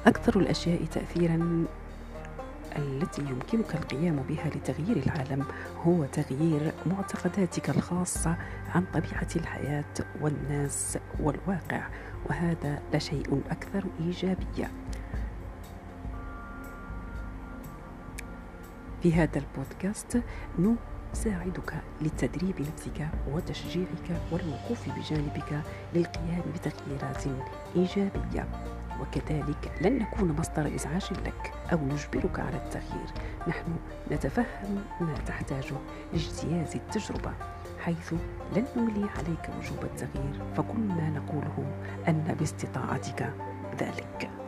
أكثر الأشياء تأثيراً التي يمكنك القيام بها لتغيير العالم هو تغيير معتقداتك الخاصة عن طبيعة الحياة والناس والواقع، وهذا لشيء أكثر إيجابية. في هذا البودكاست نساعدك لتدريب نفسك وتشجيعك والوقوف بجانبك للقيام بتغييرات إيجابية، وكذلك لن نكون مصدر إزعاج لك أو نجبرك على التغيير. نحن نتفهم ما تحتاجه لاجتياز التجربة، حيث لن نملي عليك وجوب التغيير، فكل ما نقوله أن باستطاعتك ذلك.